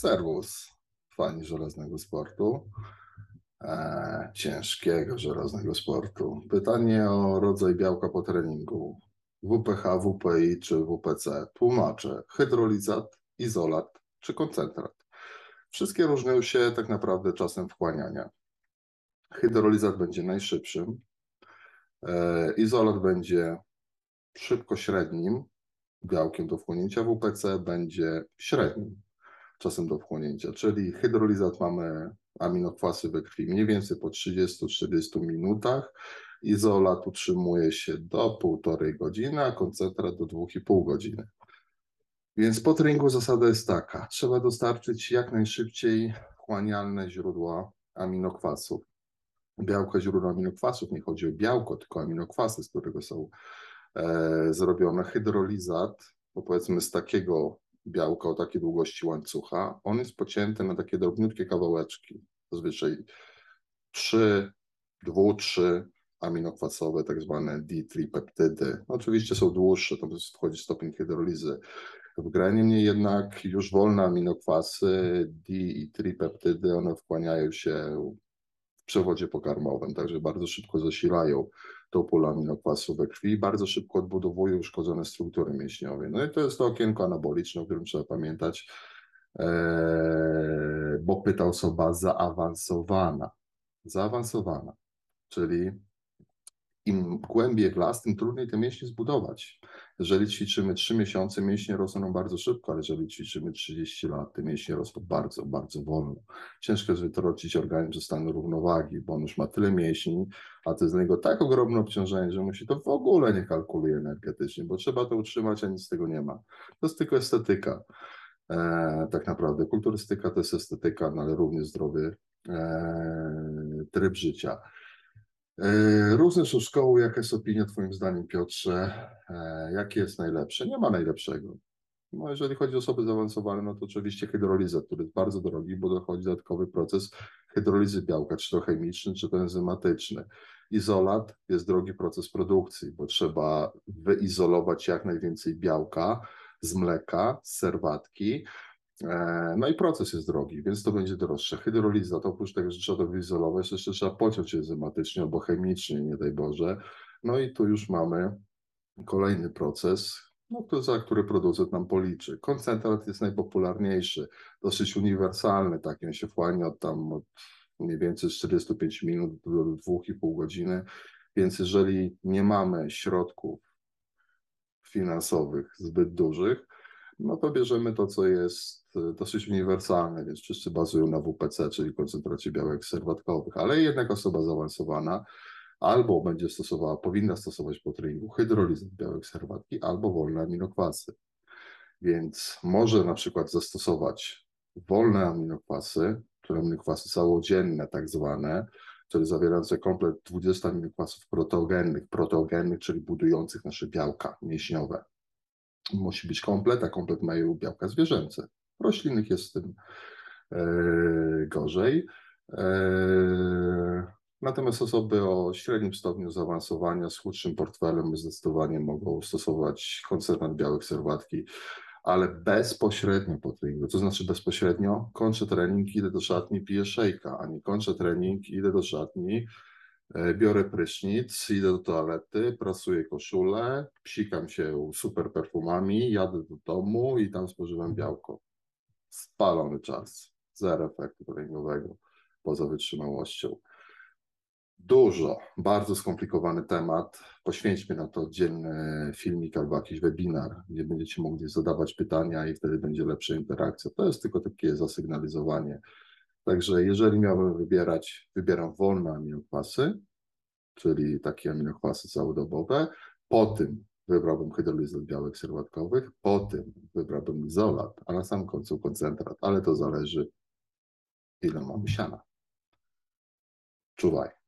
Serwus, fani żelaznego sportu, ciężkiego żelaznego sportu. Pytanie o rodzaj białka po treningu. WPH, WPI czy WPC? Tłumaczę. Hydrolizat, izolat czy koncentrat. Wszystkie różnią się tak naprawdę czasem wchłaniania. Hydrolizat będzie najszybszym, izolat będzie szybko średnim białkiem do wchłonięcia, WPC będzie średnim czasem do wchłonięcia, czyli hydrolizat mamy aminokwasy we krwi mniej więcej po 30-40 minutach, izolat utrzymuje się do 1,5 godziny, a koncentrat do 2,5 godziny. Więc po treningu zasada jest taka, trzeba dostarczyć jak najszybciej wchłanialne źródła aminokwasów. Białka, źródła aminokwasów, nie chodzi o białko, tylko aminokwasy, z którego są zrobione. Hydrolizat, bo powiedzmy z takiego białka o takiej długości łańcucha, on jest pocięty na takie drobniutkie kawałeczki, zazwyczaj 3 aminokwasowe, tak zwane D3-peptydy. Oczywiście są dłuższe, to wchodzi stopień hydrolizy w grę, niemniej jednak już wolne aminokwasy D i tripeptydy, one wchłaniają się w przewodzie pokarmowym, także bardzo szybko zasilają tą pulę aminokwasów we krwi, bardzo szybko odbudowują uszkodzone struktury mięśniowe. No i to jest to okienko anaboliczne, o którym trzeba pamiętać, bo pyta osoba zaawansowana, czyli im głębiej w las, tym trudniej te mięśnie zbudować. Jeżeli ćwiczymy 3 miesiące, mięśnie rosną bardzo szybko, ale jeżeli ćwiczymy 30 lat, te mięśnie rosną bardzo, bardzo wolno. Ciężko jest wytrącić organizm ze stanu równowagi, bo on już ma tyle mięśni, a to jest dla niego tak ogromne obciążenie, że mu się to w ogóle nie kalkuluje energetycznie, bo trzeba to utrzymać, a nic z tego nie ma. To jest tylko estetyka. Tak naprawdę kulturystyka to jest estetyka, no ale również zdrowy tryb życia. Różne są szkoły. Jaka jest opinia twoim zdaniem, Piotrze? Jakie jest najlepsze? Nie ma najlepszego. No, jeżeli chodzi o osoby zaawansowane, no to oczywiście hydrolizat, który jest bardzo drogi, bo dochodzi dodatkowy proces hydrolizy białka, czy to chemiczny, czy to enzymatyczny. Izolat jest drogi proces produkcji, bo trzeba wyizolować jak najwięcej białka z mleka, z serwatki. No i proces jest drogi, więc to będzie droższe. Hydrolizat, oprócz tego, że trzeba to wyizolować, jeszcze trzeba pociąć enzymatycznie albo chemicznie, nie daj Boże. No i tu już mamy kolejny proces, no, za który producent nam policzy. Koncentrat jest najpopularniejszy, dosyć uniwersalny, taki on się wchłania od mniej więcej 45 minut do 2,5 godziny, więc jeżeli nie mamy środków finansowych zbyt dużych, no to bierzemy to, co jest dosyć uniwersalne, więc wszyscy bazują na WPC, czyli koncentracie białek serwatkowych, ale jednak osoba zaawansowana albo będzie stosowała, powinna stosować po treningu hydrolizat białek serwatki, albo wolne aminokwasy. Więc może na przykład zastosować wolne aminokwasy, czyli aminokwasy całodzienne tak zwane, czyli zawierające komplet 20 aminokwasów proteogennych, czyli budujących nasze białka mięśniowe. Musi być komplet, a komplet mają białka zwierzęce. Roślinnych jest z tym gorzej. Natomiast osoby o średnim stopniu zaawansowania z chudszym portfelem zdecydowanie mogą stosować koncentrat białek serwatki, ale bezpośrednio po treningu. Co znaczy bezpośrednio? Kończę trening, idę do szatni, piję szejka, a nie kończę trening, idę do szatni, biorę prysznic, idę do toalety, prasuję koszulę, psikam się super perfumami, jadę do domu i tam spożywam białko. Spalony czas, zero efektu treningowego poza wytrzymałością. Bardzo skomplikowany temat. Poświęćmy na to oddzielny filmik albo jakiś webinar, gdzie będziecie mogli zadawać pytania i wtedy będzie lepsza interakcja. To jest tylko takie zasygnalizowanie. Także jeżeli miałbym wybierać, wybieram wolne aminokwasy, czyli takie aminokwasy całodobowe. Po tym wybrałbym hydrolizat białek serwatkowych, po tym wybrałbym izolat, a na samym końcu koncentrat, ale to zależy, ile mamy siana. Czuwaj.